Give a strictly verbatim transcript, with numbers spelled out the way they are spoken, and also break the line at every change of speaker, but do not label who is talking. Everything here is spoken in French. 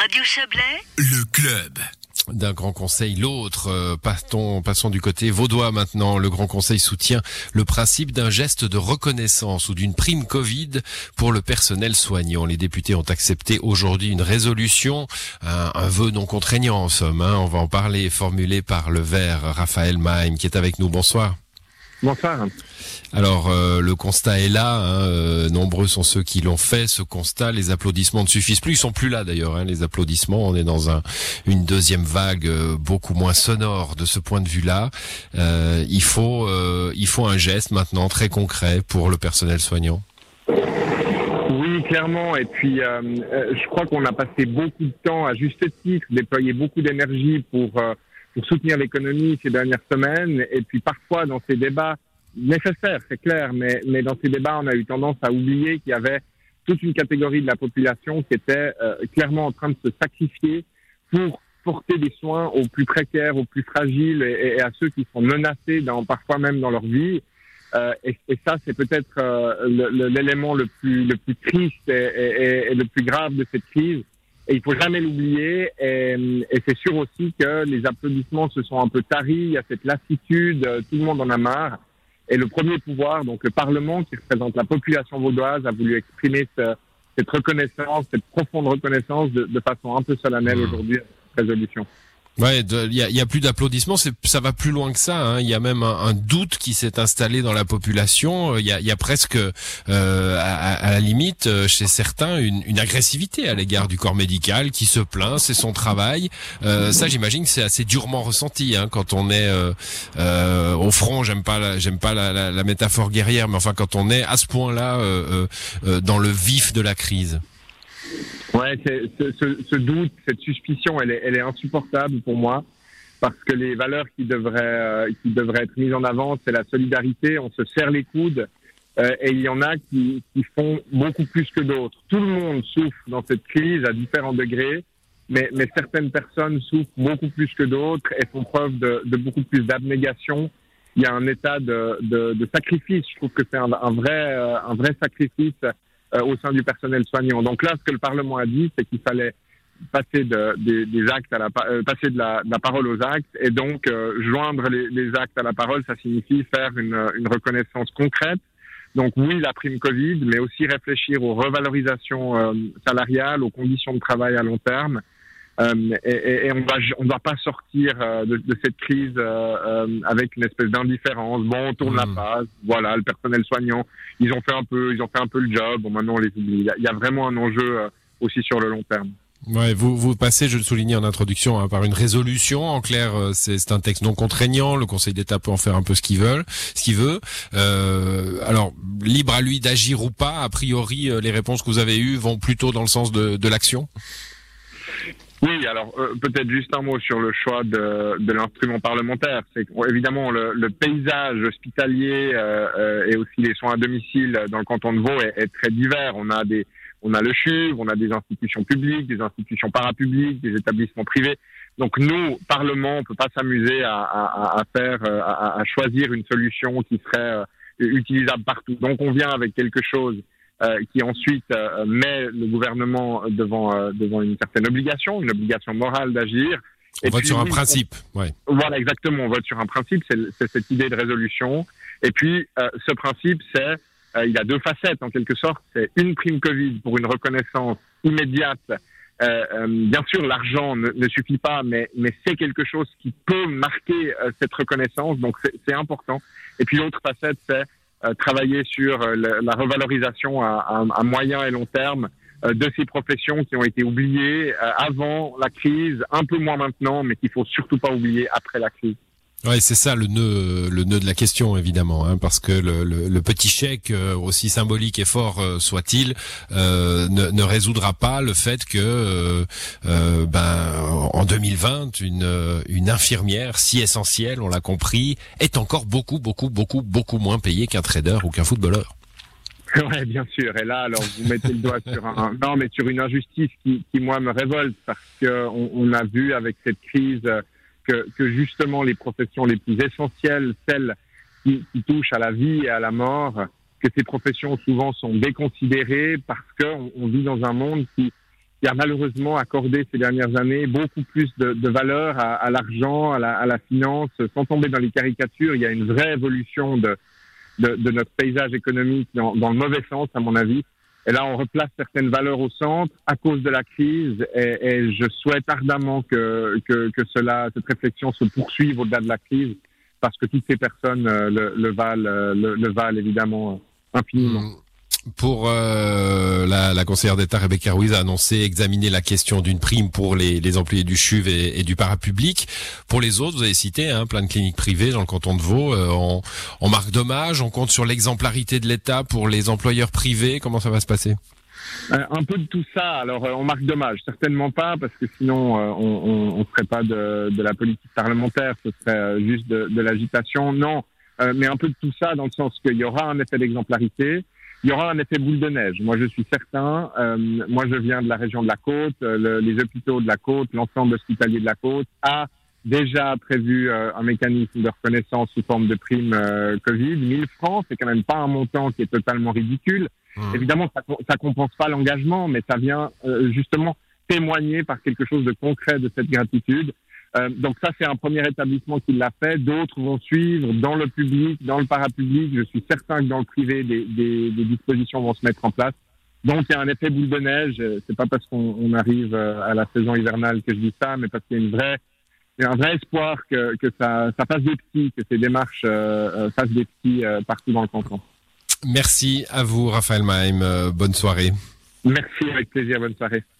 Radio Chablais,
le club.
D'un grand conseil, l'autre. Euh, partons, passons du côté vaudois maintenant. Le grand conseil soutient le principe d'un geste de reconnaissance ou d'une prime Covid pour le personnel soignant. Les députés ont accepté aujourd'hui une résolution, un, un vœu non contraignant en somme. Hein. On va en parler, formulé par le Vert Raphaël Maim qui est avec nous. Bonsoir.
Bonsoir.
Alors euh, le constat est là, hein, euh, nombreux sont ceux qui l'ont fait, ce constat, les applaudissements ne suffisent plus, ils sont plus là d'ailleurs, hein, les applaudissements, on est dans un, une deuxième vague euh, beaucoup moins sonore de ce point de vue-là. Euh, il faut, euh, il faut un geste maintenant très concret pour le personnel soignant.
Oui, clairement, et puis euh, euh, je crois qu'on a passé beaucoup de temps, à juste titre, déployer beaucoup d'énergie pour... Euh, pour soutenir l'économie ces dernières semaines, et puis parfois dans ces débats nécessaires, c'est clair, mais, mais dans ces débats, on a eu tendance à oublier qu'il y avait toute une catégorie de la population qui était euh, clairement en train de se sacrifier pour porter des soins aux plus précaires, aux plus fragiles et, et à ceux qui sont menacés, dans, parfois même dans leur vie. Euh, et, et ça, c'est peut-être euh, le, le, l'élément le plus, le plus triste et, et, et le plus grave de cette crise. Et il faut jamais l'oublier. Et, et c'est sûr aussi que les applaudissements se sont un peu taris. Il y a cette lassitude. Tout le monde en a marre. Et le premier pouvoir, donc le Parlement, qui représente la population vaudoise, a voulu exprimer ce, cette reconnaissance, cette profonde reconnaissance de, de façon un peu solennelle aujourd'hui à cette résolution.
Ouais, il y a, y a plus d'applaudissements, c'est, ça va plus loin que ça. Hein. Il y a même un, un doute qui s'est installé dans la population. Il y a, y a presque, euh, à, à la limite, chez certains, une, une agressivité à l'égard du corps médical qui se plaint, c'est son travail. Euh, ça, j'imagine que c'est assez durement ressenti hein, quand on est euh, euh, au front. J'aime pas, la, j'aime pas la, la, la métaphore guerrière, mais enfin quand on est à ce point-là euh, euh, dans le vif de la crise.
Ouais, c'est, ce, ce, ce doute, cette suspicion, elle est, elle est insupportable pour moi parce que les valeurs qui devraient, euh, qui devraient être mises en avant, c'est la solidarité. On se serre les coudes euh, et il y en a qui, qui font beaucoup plus que d'autres. Tout le monde souffre dans cette crise à différents degrés, mais, mais certaines personnes souffrent beaucoup plus que d'autres et font preuve de, de beaucoup plus d'abnégation. Il y a un état de, de, de sacrifice. Je trouve que c'est un, un vrai, euh, un vrai sacrifice. Euh, au sein du personnel soignant. Donc là, ce que le Parlement a dit, c'est qu'il fallait passer de, des, des actes à la euh, passer de la, de la parole aux actes, et donc euh, joindre les, les actes à la parole, ça signifie faire une, une reconnaissance concrète. Donc oui, la prime Covid, mais aussi réfléchir aux revalorisations euh, salariales, aux conditions de travail à long terme. Euh, et, et on va, on ne va pas sortir euh, de, de cette crise euh, euh, avec une espèce d'indifférence. Bon, on tourne mmh. la page. Voilà, le personnel soignant, ils ont fait un peu, ils ont fait un peu le job. Bon, maintenant on les oublie. Il y a, il y a vraiment un enjeu euh, aussi sur le long terme.
Ouais, vous vous passez, je le soulignais en introduction, hein, par une résolution. En clair, c'est, c'est un texte non contraignant. Le Conseil d'État peut en faire un peu ce qu'il veut, ce qu'il veut. Euh, alors, libre à lui d'agir ou pas. A priori, les réponses que vous avez eues vont plutôt dans le sens de, de l'action.
Oui, alors euh, peut-être juste un mot sur le choix de, de l'instrument parlementaire. C'est bon, évidemment le, le paysage hospitalier euh, euh, et aussi les soins à domicile dans le canton de Vaud est, est très divers. On a des, on a le C H U V, on a des institutions publiques, des institutions parapubliques, des établissements privés. Donc nous, Parlement, on peut pas s'amuser à, à, à faire, à, à choisir une solution qui serait euh, utilisable partout. Donc on vient avec quelque chose Euh, qui ensuite euh, met le gouvernement devant euh, devant une certaine obligation, une obligation morale d'agir.
On vote sur un principe,
on,
ouais.
Voilà, exactement. On vote sur un principe, c'est, c'est cette idée de résolution. Et puis, euh, ce principe, c'est, euh, il a deux facettes en quelque sorte. C'est une prime Covid pour une reconnaissance immédiate. Euh, euh, bien sûr, l'argent ne, ne suffit pas, mais mais c'est quelque chose qui peut marquer euh, cette reconnaissance. Donc, c'est, c'est important. Et puis, l'autre facette, c'est Euh, travailler sur euh, le, la revalorisation à, à, à moyen et long terme euh, de ces professions qui ont été oubliées euh, avant la crise, un peu moins maintenant, mais qu'il faut surtout pas oublier après la crise.
Ouais, c'est ça le nœud, le nœud de la question évidemment, hein, parce que le, le, le petit chèque, euh, aussi symbolique et fort euh, soit-il, euh, ne, ne résoudra pas le fait que, euh, euh, ben, en deux mille vingt, une, une infirmière si essentielle, on l'a compris, est encore beaucoup, beaucoup, beaucoup, beaucoup moins payée qu'un trader ou qu'un footballeur.
Ouais, bien sûr. Et là, alors vous mettez le doigt sur un, non, mais sur une injustice qui, qui moi me révolte, parce que on, on a vu avec cette crise que, que justement les professions les plus essentielles, celles qui, qui touchent à la vie et à la mort, que ces professions souvent sont déconsidérées parce qu'on on vit dans un monde qui qui a malheureusement accordé ces dernières années beaucoup plus de, de valeur à, à l'argent, à la, à la finance. Sans tomber dans les caricatures, il y a une vraie évolution de, de, de notre paysage économique dans, dans le mauvais sens, à mon avis. Et là, on replace certaines valeurs au centre à cause de la crise. Et, et je souhaite ardemment que, que, que cela, cette réflexion se poursuive au-delà de la crise, parce que toutes ces personnes euh, le, le valent, le, le valent évidemment euh, infiniment.
Mmh. Pour euh, la, la conseillère d'État Rebecca Ruiz a annoncé examiner la question d'une prime pour les, les employés du C H U V et, et du parapublic. Pour les autres, vous avez cité hein, plein de cliniques privées dans le canton de Vaud. Euh, on, on marque dommage, on compte sur l'exemplarité de l'État pour les employeurs privés. Comment ça va se passer ?
Euh, un peu de tout ça. Alors, euh, on marque dommage, certainement pas, parce que sinon, euh, on ne ferait pas de, de la politique parlementaire, ce serait euh, juste de, de l'agitation. Non, euh, mais un peu de tout ça dans le sens qu'il y aura un effet d'exemplarité. Il y aura un effet boule de neige. Moi, je suis certain. Euh, moi, je viens de la région de la Côte. Euh, le, les hôpitaux de la Côte, l'ensemble hospitalier de la Côte a déjà prévu euh, un mécanisme de reconnaissance sous forme de prime euh, Covid. mille francs, c'est quand même pas un montant qui est totalement ridicule. Mmh. Évidemment, ça, ça compense pas l'engagement, mais ça vient euh, justement témoigner par quelque chose de concret de cette gratitude. Euh, donc ça, c'est un premier établissement qui l'a fait. D'autres vont suivre dans le public, dans le parapublic. Je suis certain que dans le privé, des, des, des dispositions vont se mettre en place. Donc il y a un effet boule de neige. C'est pas parce qu'on on arrive à la saison hivernale que je dis ça, mais parce qu'il y a une vraie, il y a un vrai espoir que, que ça, ça fasse des petits, que ces démarches euh, fassent des petits euh, partout dans le canton.
Merci à vous, Raphaël Mahem. Euh, bonne soirée.
Merci, avec plaisir. Bonne soirée.